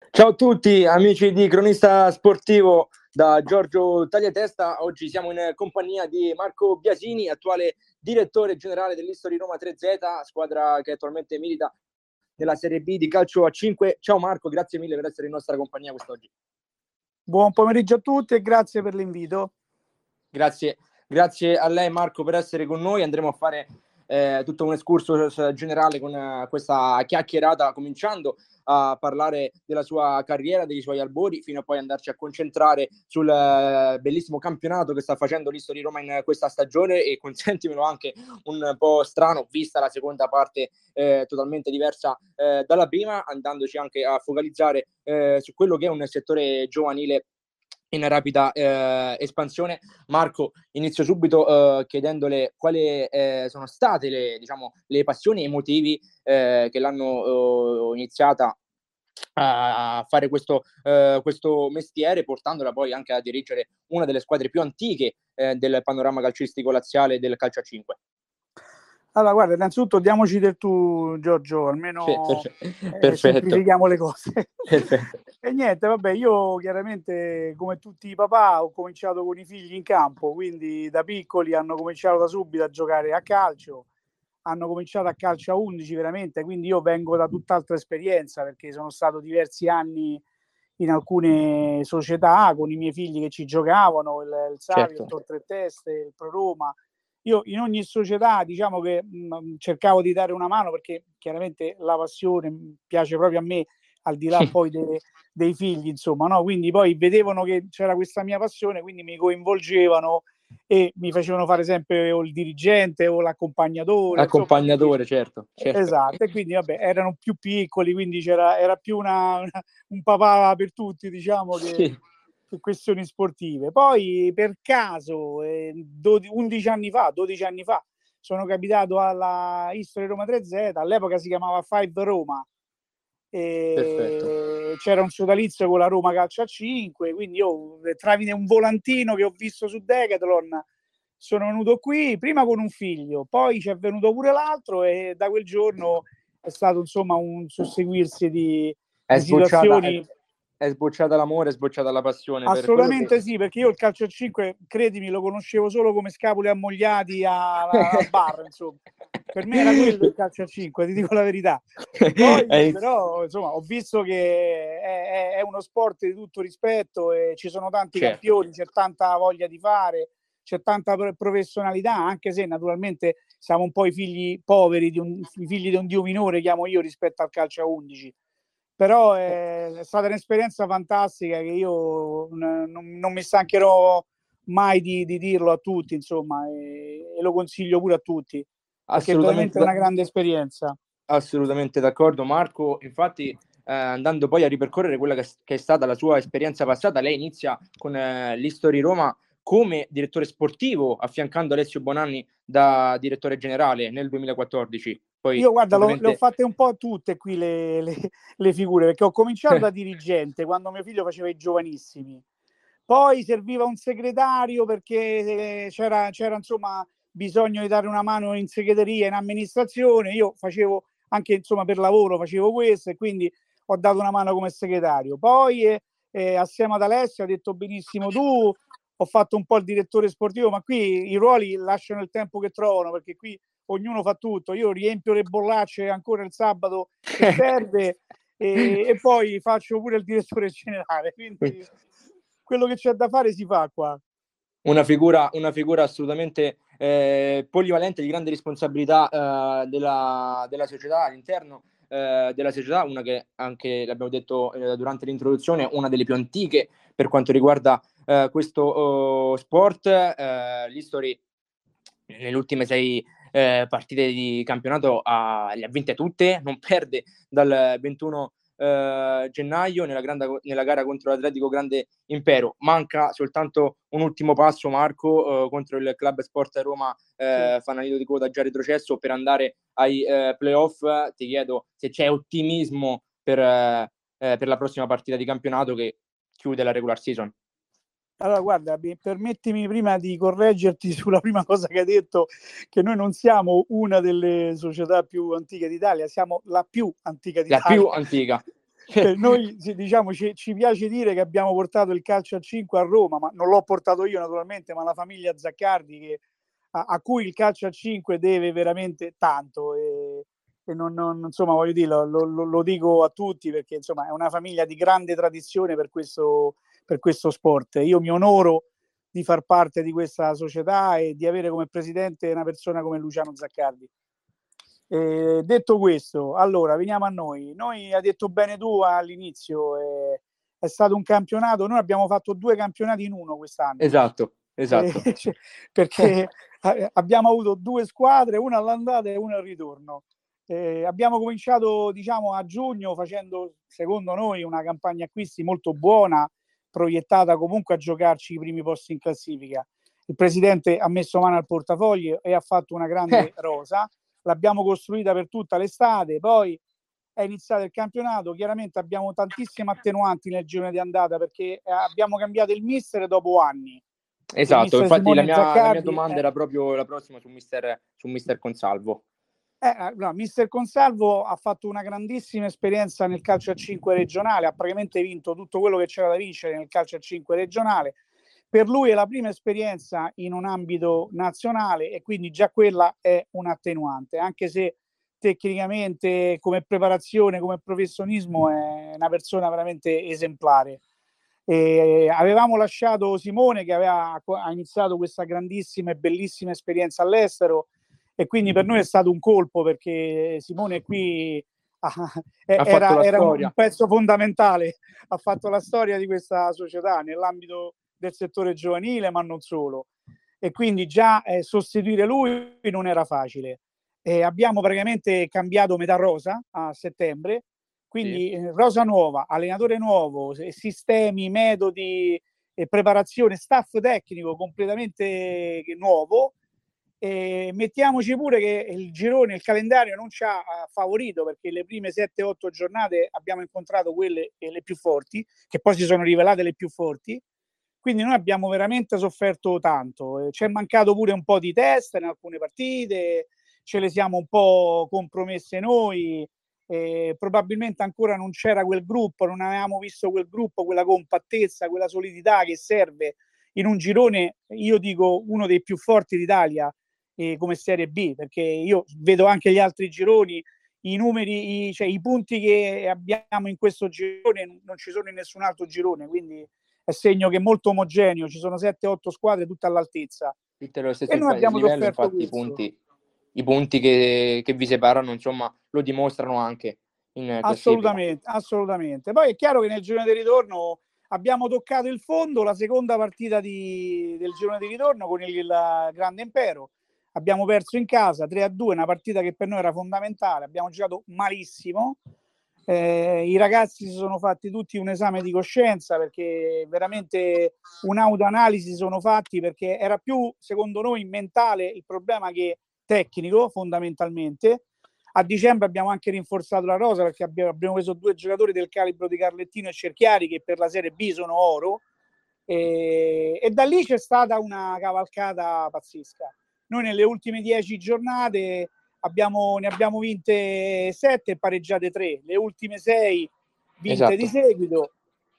Ciao a tutti amici di Cronista Sportivo da Giorgio Tagliatesta. Oggi siamo in compagnia di Marco Biasini, attuale direttore generale dell'History Roma 3Z, squadra che attualmente milita nella Serie B di calcio a 5. Ciao Marco, grazie mille per essere in nostra compagnia quest'oggi. Buon pomeriggio a tutti e grazie per l'invito. Grazie a lei Marco per essere con noi. Andremo a fare tutto un excursus generale con questa chiacchierata, cominciando a parlare della sua carriera, dei suoi albori, fino a poi andarci a concentrare sul bellissimo campionato che sta facendo l'History Roma in questa stagione, e consentimelo anche un po' strano, vista la seconda parte totalmente diversa dalla prima, andandoci anche a focalizzare su quello che è un settore giovanile in rapida espansione. Marco, inizio subito chiedendole quali sono state le passioni e i motivi che l'hanno iniziata a fare questo mestiere, portandola poi anche a dirigere una delle squadre più antiche del panorama calcistico laziale del calcio a 5. Allora, guarda, innanzitutto diamoci del tu, Giorgio, almeno Perfetto. semplifichiamo le cose. Perfetto. E niente, vabbè, io chiaramente, come tutti i papà, ho cominciato con i figli in campo, quindi da piccoli hanno cominciato da subito a giocare a calcio, hanno cominciato a calcio a 11 veramente, quindi io vengo da tutt'altra esperienza, perché sono stato diversi anni in alcune società con i miei figli che ci giocavano, il Savio, Certo. il Tor Tre Teste, il Pro Roma. Io in ogni società diciamo che cercavo di dare una mano, perché chiaramente la passione piace proprio a me, al di là poi dei figli, insomma, no? Quindi poi vedevano che c'era questa mia passione, quindi mi coinvolgevano e mi facevano fare sempre o il dirigente o l'accompagnatore, insomma, quindi, Certo. esatto. E quindi vabbè, erano più piccoli, quindi era più un papà per tutti, diciamo, Sì. che questioni sportive. Poi per caso 11 anni fa, 12 anni fa, sono capitato alla History Roma 3Z, all'epoca si chiamava Five Roma, e c'era un sodalizio con la Roma Calcio a 5, quindi io tramite un volantino che ho visto su Decathlon sono venuto qui, prima con un figlio, poi ci è venuto pure l'altro, e da quel giorno è stato insomma un susseguirsi di situazioni. È sbocciata l'amore, è sbocciata la passione per quello che... Assolutamente sì, perché io il calcio a 5, credimi, lo conoscevo solo come scapoli ammogliati al bar, insomma. Per me era quello il calcio a 5, ti dico la verità. Poi però insomma ho visto che è uno sport di tutto rispetto, e ci sono tanti campioni, c'è tanta voglia di fare, c'è tanta professionalità, anche se naturalmente siamo un po' i figli poveri, i figli di un dio minore, chiamo io, rispetto al calcio a 11. Però è stata un'esperienza fantastica che io non mi stancherò mai di dirlo a tutti, insomma, e lo consiglio pure a tutti, perché è veramente una grande esperienza. Assolutamente d'accordo Marco. Infatti andando poi a ripercorrere quella che è stata la sua esperienza passata, lei inizia con l'History Roma come direttore sportivo, affiancando Alessio Bonanni da direttore generale nel 2014. Poi, io guarda, ovviamente... le ho fatte un po' tutte qui le figure, perché ho cominciato da dirigente quando mio figlio faceva i giovanissimi, poi serviva un segretario perché c'era insomma bisogno di dare una mano in segreteria, in amministrazione. Io facevo anche insomma per lavoro, facevo questo, e quindi ho dato una mano come segretario. Poi assieme ad Alessio, ha detto benissimo tu, ho fatto un po' il direttore sportivo, ma qui i ruoli lasciano il tempo che trovano, perché qui ognuno fa tutto. Io riempio le bollacce ancora il sabato se serve, e poi faccio pure il direttore generale, quindi quello che c'è da fare si fa qua. Una figura assolutamente polivalente, di grande responsabilità della società, all'interno della società, una che anche, l'abbiamo detto durante l'introduzione, una delle più antiche per quanto riguarda questo sport. L'History nelle ultime 6 partite di campionato le ha vinte tutte, non perde dal 21 gennaio nella gara contro l'Atletico Grande Impero. Manca soltanto un ultimo passo, Marco, contro il Club Sport Roma Fanalito di Coda, già retrocesso, per andare ai playoff. Ti chiedo se c'è ottimismo per la prossima partita di campionato che chiude la regular season. Allora, guarda, permettimi prima di correggerti sulla prima cosa che hai detto, che noi non siamo una delle società più antiche d'Italia, siamo la più antica d'Italia. La più antica. Noi diciamo ci piace dire che abbiamo portato il calcio a 5 a Roma, ma non l'ho portato io naturalmente, ma la famiglia Zaccardi a cui il calcio a 5 deve veramente tanto e non, insomma, voglio dire, lo dico a tutti perché insomma è una famiglia di grande tradizione per questo sport. Io mi onoro di far parte di questa società e di avere come presidente una persona come Luciano Zaccardi. Detto questo, allora veniamo a noi. Noi, hai detto bene tu all'inizio, è stato un campionato. Noi abbiamo fatto 2 campionati in uno quest'anno. Esatto. Perché abbiamo avuto 2 squadre, una all'andata e una al ritorno. Abbiamo cominciato, diciamo, a giugno facendo, secondo noi, una campagna acquisti molto buona, proiettata comunque a giocarci i primi posti in classifica. Il presidente ha messo mano al portafoglio e ha fatto una grande rosa. L'abbiamo costruita per tutta l'estate, poi è iniziato il campionato. Chiaramente abbiamo tantissime attenuanti nel girone di andata perché abbiamo cambiato il mister dopo anni. Esatto, infatti la mia Zaccardi, domanda era proprio la prossima su mister Consalvo. No, mister Consalvo ha fatto una grandissima esperienza nel calcio a 5 regionale, ha praticamente vinto tutto quello che c'era da vincere nel calcio a 5 regionale. Per lui è la prima esperienza in un ambito nazionale e quindi già quella è un attenuante, anche se tecnicamente, come preparazione, come professionismo è una persona veramente esemplare. Avevamo lasciato Simone che ha iniziato questa grandissima e bellissima esperienza all'estero e quindi per noi è stato un colpo perché Simone qui era un pezzo fondamentale, ha fatto la storia di questa società nell'ambito del settore giovanile, ma non solo. E quindi già sostituire lui non era facile. Abbiamo praticamente cambiato metà rosa a settembre, quindi rosa nuova, allenatore nuovo, sistemi, metodi, preparazione, staff tecnico completamente nuovo. Mettiamoci pure che il girone, il calendario non ci ha favorito perché le prime 7-8 giornate abbiamo incontrato quelle le più forti, che poi si sono rivelate le più forti. Quindi noi abbiamo veramente sofferto tanto. Ci è mancato pure un po' di testa in alcune partite, ce le siamo un po' compromesse noi. Probabilmente ancora non c'era quel gruppo, non avevamo visto quel gruppo, quella compattezza, quella solidità che serve in un girone, io dico uno dei più forti d'Italia come Serie B, perché io vedo anche gli altri gironi, i numeri, cioè i punti che abbiamo in questo girone non ci sono in nessun altro girone, quindi è segno che è molto omogeneo, ci sono 7-8 squadre tutte all'altezza. Tutte allo stesso E noi abbiamo livello, sofferto infatti questo. i punti che vi separano, insomma, lo dimostrano anche in classifica. Assolutamente. Poi è chiaro che nel girone di ritorno abbiamo toccato il fondo, la seconda partita del girone di ritorno con il Grande Impero. Abbiamo perso in casa 3-2, una partita che per noi era fondamentale, abbiamo giocato malissimo. I ragazzi si sono fatti tutti un esame di coscienza perché veramente un'autoanalisi sono fatti perché era più, secondo noi, mentale il problema che tecnico, fondamentalmente. A dicembre abbiamo anche rinforzato la rosa perché abbiamo preso 2 giocatori del calibro di Carlettino e Cerchiari che per la Serie B sono oro e da lì c'è stata una cavalcata pazzesca. Noi nelle ultime 10 giornate ne abbiamo vinte 7 e pareggiate 3, le ultime 6 vinte di seguito,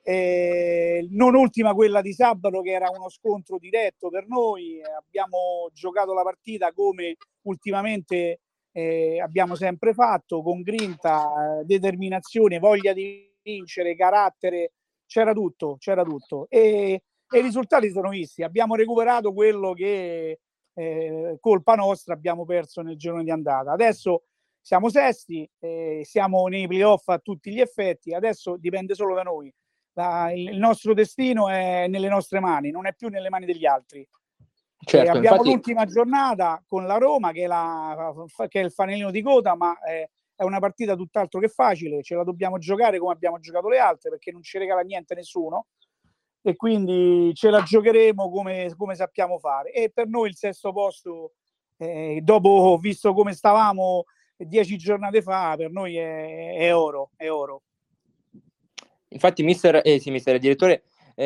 non ultima quella di sabato che era uno scontro diretto per noi. Abbiamo giocato la partita come ultimamente abbiamo sempre fatto, con grinta, determinazione, voglia di vincere, carattere, c'era tutto e i risultati sono visti. Abbiamo recuperato quello che colpa nostra abbiamo perso nel girone di andata. Adesso siamo sesti, siamo nei playoff a tutti gli effetti, adesso dipende solo da noi. Il nostro destino è nelle nostre mani, non è più nelle mani degli altri. Certo, abbiamo infatti... l'ultima giornata con la Roma che è il fanalino di coda, ma è una partita tutt'altro che facile, ce la dobbiamo giocare come abbiamo giocato le altre perché non ci regala niente nessuno e quindi ce la giocheremo come sappiamo fare. E per noi il sesto posto, dopo visto come stavamo 10 giornate fa, per noi è oro, è oro. Infatti, mister direttore,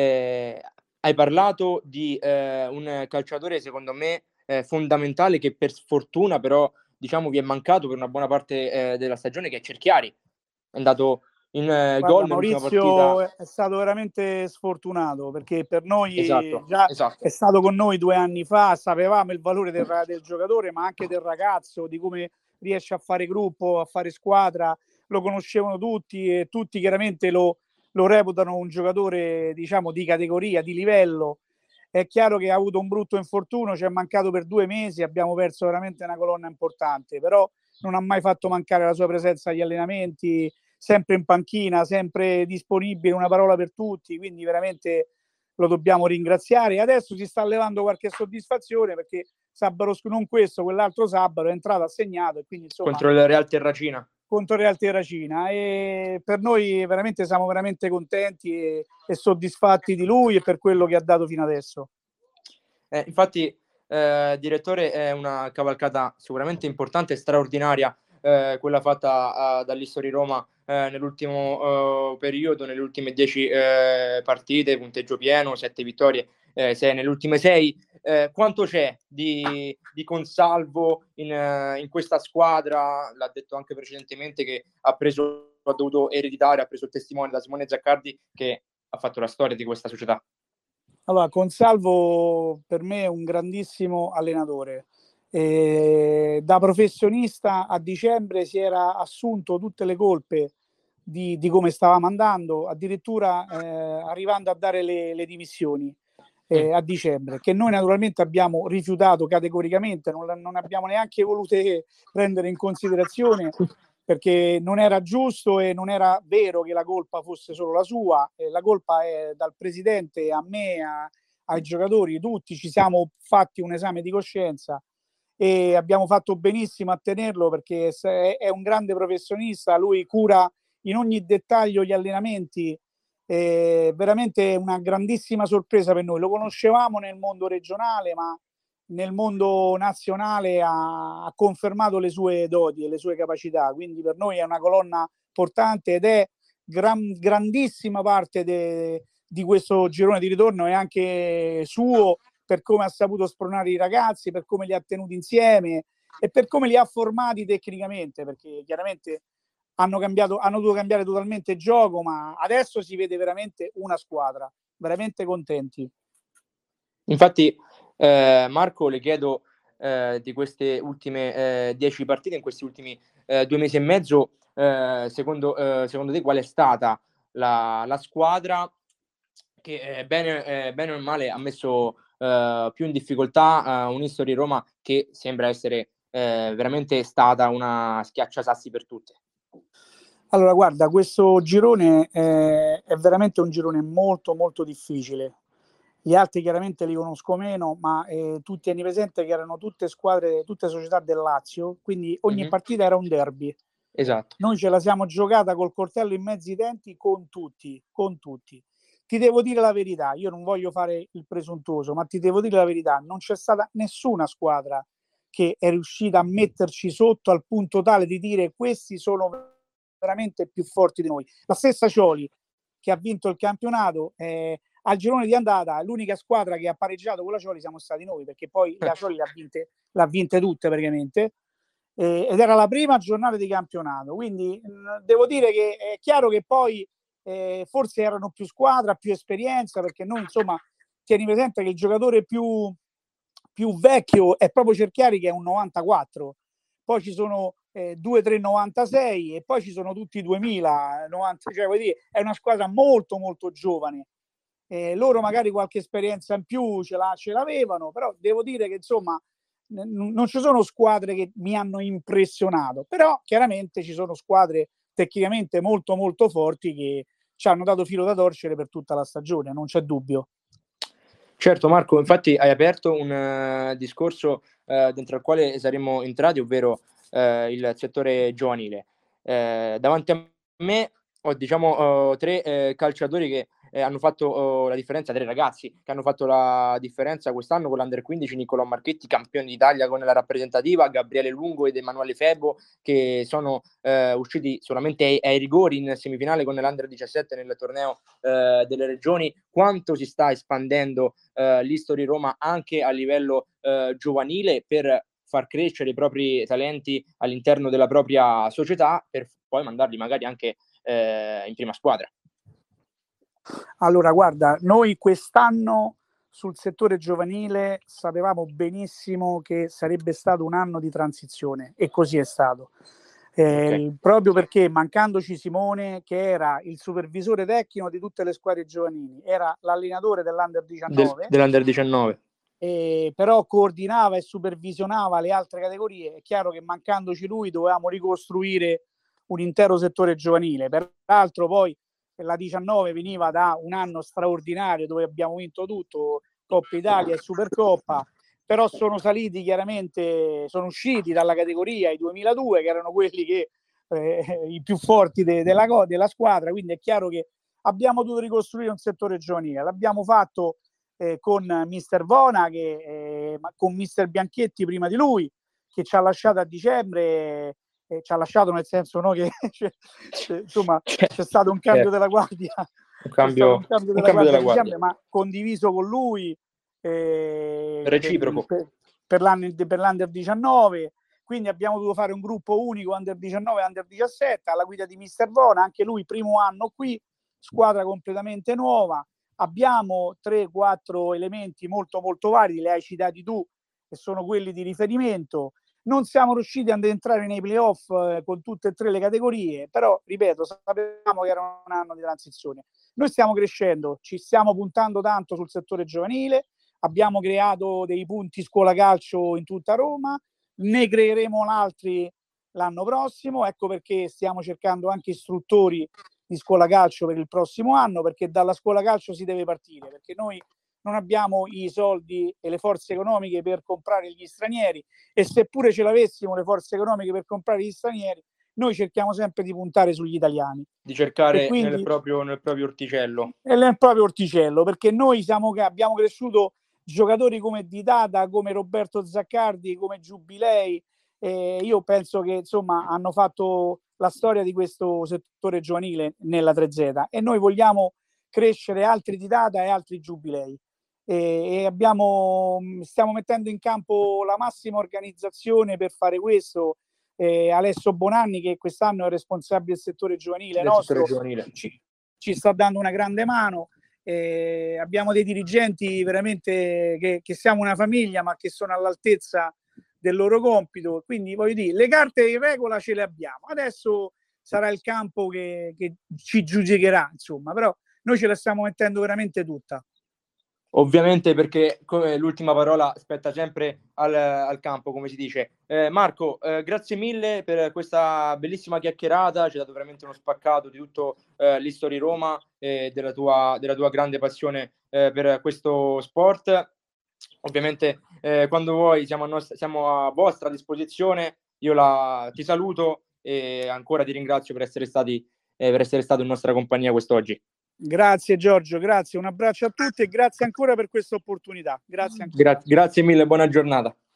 hai parlato di un calciatore secondo me fondamentale che per sfortuna però diciamo vi è mancato per una buona parte della stagione, che è Cerchiari. È andato in Guarda, gol nell'ultima Maurizio partita. è stato veramente sfortunato perché per noi Esatto, già è esatto. stato con noi 2 anni fa, sapevamo il valore del giocatore, ma anche del ragazzo, di come riesce a fare gruppo, a fare squadra. Lo conoscevano tutti e tutti chiaramente lo reputano un giocatore, diciamo, di categoria, di livello. È chiaro che ha avuto un brutto infortunio, ci è mancato per 2 mesi, abbiamo perso veramente una colonna importante, però non ha mai fatto mancare la sua presenza agli allenamenti, sempre in panchina, sempre disponibile, una parola per tutti, quindi veramente lo dobbiamo ringraziare. E adesso si sta levando qualche soddisfazione perché sabato, non questo, quell'altro sabato è entrato assegnato e quindi insomma Contro il Real Terracina. contro Real Terracina, e per noi veramente siamo veramente contenti e soddisfatti di lui e per quello che ha dato fino adesso. Infatti, direttore, è una cavalcata sicuramente importante e straordinaria, quella fatta dall'History Roma nell'ultimo periodo, nelle ultime 10 partite, punteggio pieno, 7 vittorie, 6 nelle ultime 6. Quanto c'è di Consalvo in questa squadra? L'ha detto anche precedentemente che ha dovuto ereditare, ha preso il testimone da Simone Zaccardi, che ha fatto la storia di questa società. Allora, Consalvo per me è un grandissimo allenatore. Da professionista a dicembre si era assunto tutte le colpe di come stavamo andando, addirittura arrivando a dare le dimissioni a dicembre, che noi naturalmente abbiamo rifiutato categoricamente, non abbiamo neanche volute prendere in considerazione perché non era giusto e non era vero che la colpa fosse solo la sua, la colpa è dal presidente a me, ai giocatori, tutti ci siamo fatti un esame di coscienza e abbiamo fatto benissimo a tenerlo perché è un grande professionista, lui cura in ogni dettaglio gli allenamenti, veramente una grandissima sorpresa per noi, lo conoscevamo nel mondo regionale ma nel mondo nazionale ha confermato le sue doti e le sue capacità, quindi per noi è una colonna portante ed è grandissima parte di questo girone di ritorno è anche suo per come ha saputo spronare i ragazzi, per come li ha tenuti insieme e per come li ha formati tecnicamente, perché chiaramente hanno dovuto cambiare totalmente gioco, ma adesso si vede veramente una squadra, veramente contenti. Infatti, Marco, le chiedo di queste ultime 10 partite, in questi ultimi 2 mesi e mezzo, secondo te qual è stata la squadra che bene o male ha messo più in difficoltà un History Roma che sembra essere veramente stata una schiacciasassi per tutte? Allora, guarda, questo girone è veramente un girone molto molto difficile. Gli altri chiaramente li conosco meno, ma tu tieni presente che erano tutte squadre, tutte società del Lazio, quindi ogni partita era un derby. Esatto. Noi ce la siamo giocata col coltello in mezzo ai denti con tutti, con tutti. Ti devo dire la verità, io non voglio fare il presuntuoso, ma ti devo dire la verità, non c'è stata nessuna squadra che è riuscita a metterci sotto al punto tale di dire questi sono veramente più forti di noi. La stessa Cioli che ha vinto il campionato al girone di andata, l'unica squadra che ha pareggiato con la Cioli siamo stati noi, perché poi la Cioli l'ha vinte tutte praticamente, ed era la prima giornata di campionato, quindi devo dire che è chiaro che poi forse erano più squadra, più esperienza, perché noi insomma tieni presente che il giocatore più vecchio è proprio Cerchiari che è un 94, poi ci sono 2-3 96 e poi ci sono tutti 2000 90, cioè vuol dire, è una squadra molto molto giovane. Loro magari qualche esperienza in più ce l'avevano, però devo dire che insomma non ci sono squadre che mi hanno impressionato, però chiaramente ci sono squadre tecnicamente molto molto forti che ci hanno dato filo da torcere per tutta la stagione, non c'è dubbio. Certo Marco, infatti hai aperto un discorso dentro al quale saremmo entrati, ovvero il settore giovanile. Davanti a me ho diciamo tre calciatori che hanno fatto la differenza, tre ragazzi che hanno fatto la differenza quest'anno con l'Under 15, Niccolò Marchetti, campione d'Italia con la rappresentativa, Gabriele Lungo ed Emanuele Febo, che sono usciti solamente ai rigori in semifinale con l'Under 17 nel torneo delle regioni. Quanto si sta espandendo l'History Roma anche a livello giovanile per far crescere i propri talenti all'interno della propria società, per poi mandarli magari anche in prima squadra. Allora, guarda, noi quest'anno sul settore giovanile sapevamo benissimo che sarebbe stato un anno di transizione, e così è stato. Proprio perché, mancandoci Simone, che era il supervisore tecnico di tutte le squadre giovanili, era l'allenatore dell'Under 19, dell'Under 19. Però coordinava e supervisionava le altre categorie. È chiaro che mancandoci lui dovevamo ricostruire un intero settore giovanile. Peraltro poi la 19 veniva da un anno straordinario dove abbiamo vinto tutto, Coppa Italia e Supercoppa, però sono saliti chiaramente, sono usciti dalla categoria i 2002, che erano quelli che i più forti della squadra, quindi è chiaro che abbiamo dovuto ricostruire un settore giovanile. L'abbiamo fatto con Mister Vona, con Mister Bianchetti prima di lui, che ci ha lasciato a dicembre, ci ha lasciato nel senso, no, che insomma c'è stato un cambio della guardia, un cambio della guardia. Dicembre, ma condiviso con lui, reciproco per l'Under 19. Quindi abbiamo dovuto fare un gruppo unico Under 19 e Under 17 alla guida di Mister Vona, anche lui primo anno qui, squadra completamente nuova. Abbiamo 3-4 elementi molto molto vari, li hai citati tu, che sono quelli di riferimento. Non siamo riusciti ad entrare nei playoff con tutte e tre le categorie, però ripeto, sapevamo che era un anno di transizione. Noi stiamo crescendo, ci stiamo puntando tanto sul settore giovanile, abbiamo creato dei punti scuola calcio in tutta Roma, ne creeremo altri l'anno prossimo, ecco perché stiamo cercando anche istruttori di scuola calcio per il prossimo anno, perché dalla scuola calcio si deve partire, perché noi non abbiamo i soldi e le forze economiche per comprare gli stranieri, e seppure ce l'avessimo le forze economiche per comprare gli stranieri, noi cerchiamo sempre di puntare sugli italiani, di cercare quindi, nel proprio orticello, nel proprio orticello, perché noi abbiamo cresciuto giocatori come Didata, come Roberto Zaccardi, come Giubilei, io penso che insomma hanno fatto la storia di questo settore giovanile nella 3Z, e noi vogliamo crescere altri Didata e altri Giubilei, e stiamo mettendo in campo la massima organizzazione per fare questo. Alessio Bonanni, che quest'anno è responsabile del settore giovanile nostro, ci sta dando una grande mano. Abbiamo dei dirigenti veramente che siamo una famiglia, ma che sono all'altezza del loro compito, quindi voglio dire, le carte in regola ce le abbiamo, adesso sarà il campo che ci giudicherà, insomma, però noi ce la stiamo mettendo veramente tutta. Ovviamente, perché l'ultima parola spetta sempre al campo, come si dice. Marco, grazie mille per questa bellissima chiacchierata, ci hai dato veramente uno spaccato di tutto l'History Roma e della tua grande passione per questo sport. Ovviamente quando vuoi siamo a vostra disposizione, io ti saluto e ancora ti ringrazio per essere stato in nostra compagnia quest'oggi. Grazie Giorgio, grazie, un abbraccio a tutti e grazie ancora per questa opportunità. Grazie ancora. Grazie mille, buona giornata.